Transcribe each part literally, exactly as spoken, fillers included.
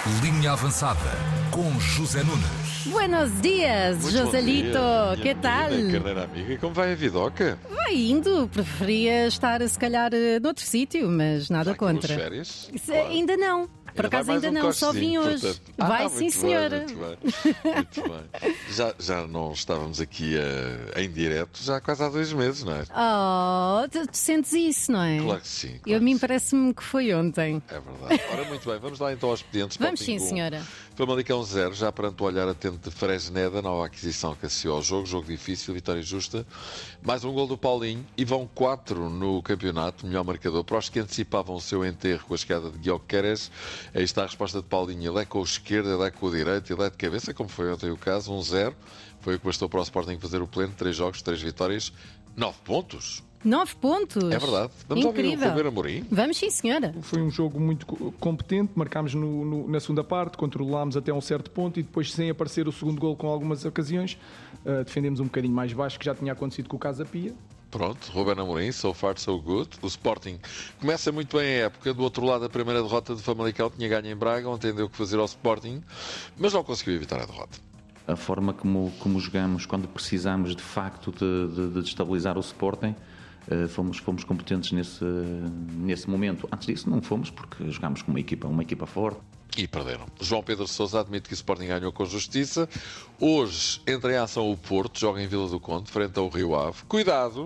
Linha Avançada com José Nunes. Buenos dias, Muito Joselito. bom dia, Que minha tal? menina, carneira amiga, como vai a vidoca? Vai indo. Preferia estar, se calhar, noutro sítio, mas nada Já acabou contra. as férias? Se- Claro. Ainda não. Por Ainda vai acaso mais ainda um não, só vim cortezinho, hoje. portanto. Ah, Vai muito sim, bem, senhora. Muito bem, muito bem. Já, já não estávamos aqui uh, em direto já há quase há dois meses, não é? Oh, tu, tu sentes isso, não é? Claro que sim. E a claro mim que sim. parece-me que foi ontem. É verdade. Ora, muito bem, vamos lá então aos expedientes. Vamos Sporting sim, um, senhora. Famalicão zero, já perante o olhar atento de Fresneda, nova aquisição que associou ao jogo, jogo difícil, vitória justa. Mais um gol do Paulinho e vão quatro no campeonato, melhor marcador. Para os que antecipavam o seu enterro com a chegada de Gyökeres, aí está a resposta de Paulinho. Ele é com o esquerdo, ele é com o direito, ele é de cabeça, como foi ontem o caso, um zero. Foi o que bastou para o Sporting fazer o pleno, três jogos, três vitórias, nove pontos. Nove pontos. É verdade. Vamos ouvir o Incrível. Ruben Amorim. Vamos sim, senhora. Foi um jogo muito co- competente, marcámos no- no- na segunda parte, controlámos até um certo ponto e depois, sem aparecer o segundo gol com algumas ocasiões, uh, defendemos um bocadinho mais baixo, que já tinha acontecido com o Casa Pia. Pronto, Ruben Amorim, so far so good. O Sporting começa muito bem a época. Do outro lado, a primeira derrota de Famalicão tinha ganho em Braga, ontem deu o que fazer ao Sporting, mas não conseguiu evitar a derrota. A forma como, como jogamos quando precisamos de facto de, de, de estabilizar o Sporting, eh, fomos, fomos competentes nesse, nesse momento. Antes disso não fomos porque jogámos com uma equipa, uma equipa forte. E perderam. João Pedro Sousa admite que o Sporting ganhou com justiça. Hoje entra em ação o Porto, joga em Vila do Conde, frente ao Rio Ave. Cuidado!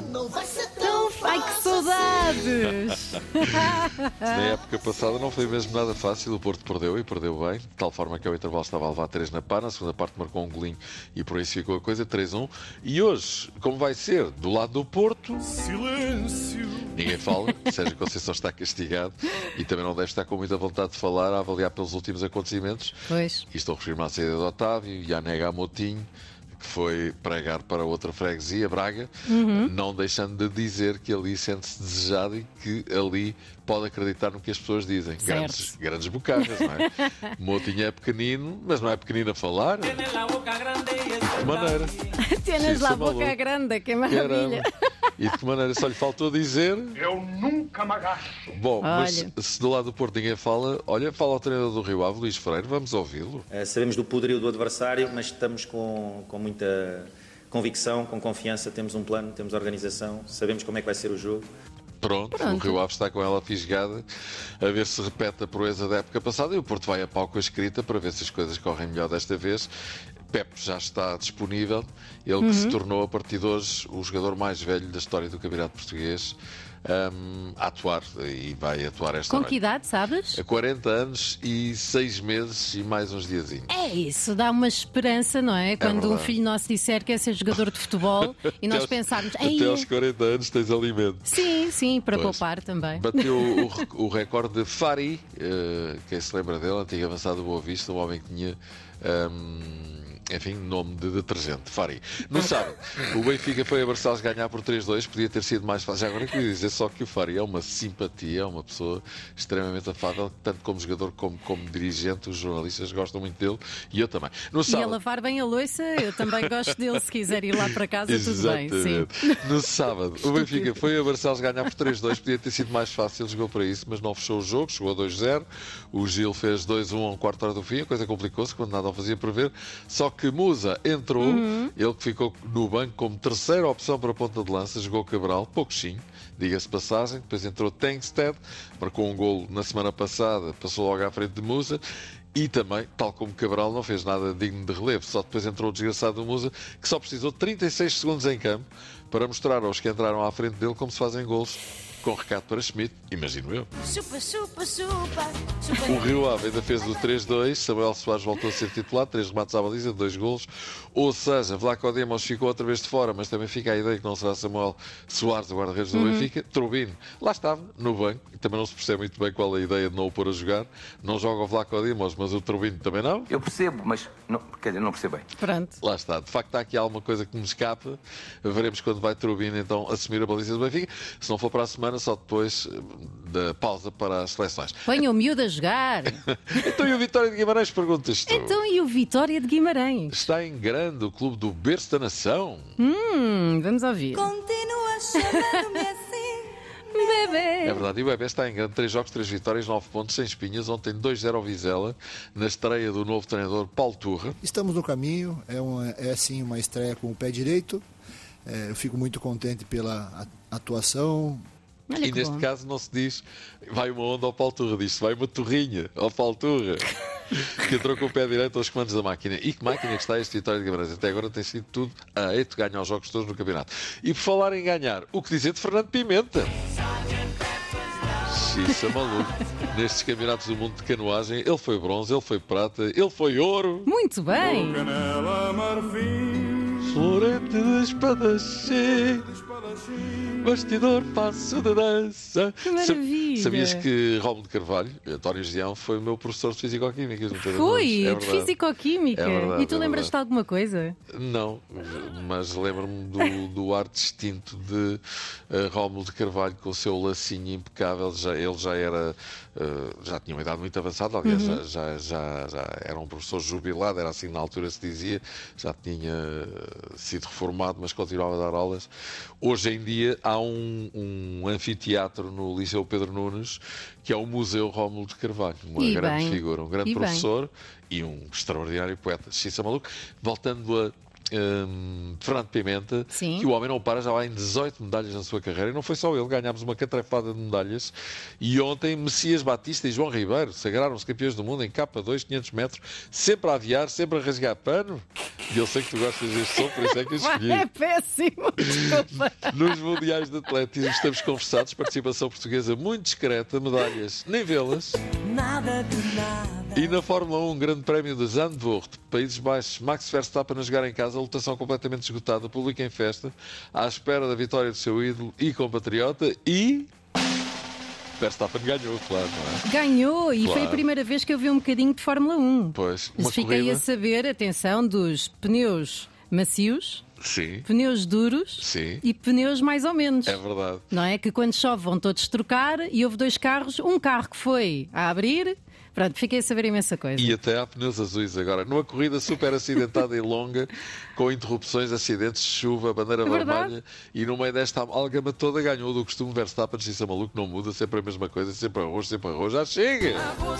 Ai, que saudades! Na época passada não foi mesmo nada fácil, o Porto perdeu e perdeu bem, de tal forma que ao intervalo estava a levar três na pá, na segunda parte marcou um golinho e por isso ficou a coisa, três a um. E hoje, como vai ser do lado do Porto, silêncio! Ninguém fala, Sérgio Conceição está castigado e também não deve estar com muita vontade de falar, a avaliar pelos últimos acontecimentos. Pois. E estou a referir-me à saída de Otávio e à Nega Motinho, que foi pregar para outra freguesia, Braga, Uhum. não deixando de dizer que ali sente-se desejado e que ali pode acreditar no que as pessoas dizem. Certo. Grandes, grandes bocadas, não é? Motinho é pequenino, mas não é pequenino a falar. De que maneira? Tienes Sim, lá a sou boca maluco. grande, que maravilha. Caramba. E de que maneira? Só lhe faltou dizer. Eu nunca me agacho. Bom, mas Olha. se do lado do Porto ninguém fala, olha, fala ao treinador do Rio Ave, Luís Freire, vamos ouvi-lo. Uh, sabemos do poderio do adversário, mas estamos com, com muita convicção, com confiança. Temos um plano, temos organização, sabemos como é que vai ser o jogo. Pronto, Pronto. o Rio Ave está com ela fisgada a ver se repete a proeza da época passada e o Porto vai a pau com a escrita para ver se as coisas correm melhor desta vez. Pepe já está disponível, ele que Uhum. se tornou a partir de hoje o jogador mais velho da história do Campeonato Português hum, a atuar e vai atuar esta Com noite. que idade, sabes? A quarenta anos e seis meses e mais uns diazinhos. É isso, dá uma esperança, não é? Quando um verdade. filho nosso disser que é ser jogador de futebol e nós Até aos- pensarmos, Até "Ei, aos quarenta anos tens alimento. sim, sim, para Pois. poupar também. Bateu o, rec- o recorde de Fari, eh, quem se lembra dele, antigo avançado do Boa Vista, um homem que tinha, hum, enfim, nome de detergente, Fari. No sábado, o Benfica foi a Barcelos ganhar por três a dois, podia ter sido mais fácil. Já agora eu queria dizer só que o Fari é uma simpatia, é uma pessoa extremamente afável, tanto como jogador como como dirigente, os jornalistas gostam muito dele e eu também. No E a sábado, lavar bem a louça, eu também gosto dele. Se quiser ir lá para casa, tudo bem. Sim. Exatamente. No sábado, o Benfica foi a Barcelos ganhar por três a dois, podia ter sido mais fácil, jogou para isso, mas não fechou o jogo, chegou a dois a zero. O Gil fez dois a um a um quarto de hora do fim, a coisa complicou-se quando nada o fazia prever. Só que Musa entrou, Uhum. ele que ficou no banco como terceira opção para a ponta de lança, jogou Cabral, pouquinho, diga-se passagem, depois entrou Tengsted, marcou um golo na semana passada, passou logo à frente de Musa. E também, tal como Cabral, não fez nada digno de relevo. Só depois entrou o desgraçado do Musa, que só precisou de trinta e seis segundos em campo para mostrar aos que entraram à frente dele como se fazem golos. Com recado para Schmidt, imagino eu. Chupa, chupa, chupa, chupa. O Rio Ave ainda fez o três a dois. Samuel Soares voltou a ser titular, três remates à baliza, dois golos. Ou seja, Vlaco Demos ficou outra vez de fora, mas também fica a ideia que não será Samuel Soares, o guarda-redes do Benfica. Trubino, lá estava, no banco, e também não se percebe muito bem qual é a ideia de não o pôr a jogar. Não joga o Vlaco Demos, mas o Trubino também não. Eu percebo, mas não, quer dizer, não percebo bem. Pronto. Lá está, de facto há aqui alguma coisa que me escapa. Veremos quando vai Trubino então assumir a baliza do Benfica. Se não for para a semana, só depois eh, da pausa para as seleções. Ponha o miúdo a jogar. Então e o Vitória de Guimarães, perguntas tu? Então, e o Vitória de Guimarães? Está em grande o clube do berço da nação. Hum, vamos ouvir. Continua chamando-me assim. Bebê. É verdade, e o Bebé está em grande. Três jogos, três vitórias, nove pontos, sem espinhas. Ontem dois zero ao Vizela, na estreia do novo treinador Paulo Turra. Estamos no caminho, é, uma, é sim uma estreia com o pé direito. É, eu fico muito contente pela atuação. Olha E que neste bom. caso não se diz vai uma onda ao Paulo Turra, diz-se vai uma torrinha ao Paulo Turra, que entrou com o pé direito aos comandos da máquina. E que máquina que está este Vitória de Guimarães? Até agora tem sido tudo a eito, ganha os jogos todos no campeonato. E por falar em ganhar, o que dizer de Fernando Pimenta? Xiça maluco. Nestes campeonatos do mundo de canoagem, ele foi bronze, ele foi prata, ele foi ouro. Muito bem. Florete de espadachim, bastidor, passo de dança. Que maravilha. Sabias que Rómulo de Carvalho, António Gedeão, foi o meu professor de Fisicoquímica? Foi, é de Fisicoquímica. É verdade, E tu é lembras-te de alguma coisa? Não, mas lembro-me do, do ar distinto de uh, Rómulo de Carvalho com o seu lacinho impecável. Já, ele já era, uh, já tinha uma idade muito avançada, aliás, Uhum. já, já, já, já era um professor jubilado, era assim na altura se dizia, já tinha uh, sido reformado, mas continuava a dar aulas. Hoje em dia há um, um anfiteatro no Liceu Pedro Nunes, que é o Museu Rómulo de Carvalho, uma E grande bem, figura, um grande e bem. professor e um extraordinário poeta. Xiça maluco. Voltando a hum, Fernando Pimenta, Sim. que o homem não para, já vai em dezoito medalhas na sua carreira, e não foi só ele, ganhámos uma catrefada de medalhas, e ontem Messias Batista e João Ribeiro sagraram-se campeões do mundo em K dois, quinhentos metros, sempre a aviar, sempre a rasgar pano, e eu sei que tu gostas deste som, por isso é que eu escolhi. É péssimo, desculpa. Nos Mundiais de Atletismo estamos conversados, participação portuguesa muito discreta, medalhas nem vê-las. Nada de nada. E na Fórmula um, Grande Prémio de Zandvoort, Países Baixos, Max Verstappen a jogar em casa, a lotação completamente esgotada, público em festa, à espera da vitória do seu ídolo e compatriota, e Verstappen ganhou, claro, não é? Ganhou e foi Claro. a primeira vez que eu vi um bocadinho de Fórmula um. Pois, uma Mas fiquei corrida... a saber, atenção, dos pneus macios, Sim, pneus duros sim, e pneus mais ou menos. é verdade. Não é? Que quando chove vão todos trocar e houve dois carros, um carro que foi a abrir. Pronto, fiquei a saber imensa coisa. E até há pneus azuis agora. Numa corrida super acidentada e longa, com interrupções, acidentes, chuva, bandeira É verdade. vermelha, e no meio desta amálgama toda ganhou do costume Verstappen, se isso é maluco, não muda, sempre a mesma coisa, sempre arroz, sempre arroz, já chega!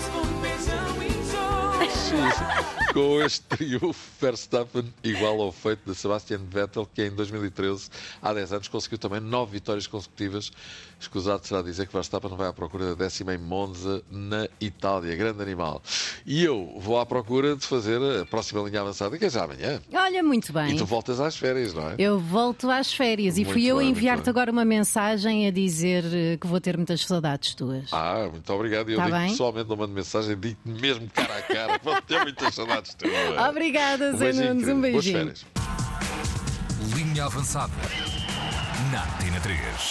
Com este triunfo, Verstappen igual ao feito de Sebastian Vettel, que em dois mil e treze, há dez anos, conseguiu também nove vitórias consecutivas. Escusado será dizer que Verstappen vai à procura da décima em Monza, na Itália. Grande animal. E eu vou à procura de fazer a próxima linha avançada, que é já amanhã. Olha, muito bem. E tu voltas às férias, não é? Eu volto às férias e Muito fui eu a bem, muito enviar-te bem. agora uma mensagem a dizer eh, que vou ter muitas saudades tuas. Ah, muito obrigado. E eu Tá digo bem? pessoalmente, não mando mensagem, digo mesmo cara a cara. Vou ter muitas saudades tuas. Obrigada, Um Zé beijinho, Nunes. querido. Um Boas beijinho. férias. Linha avançada. Na Antena três.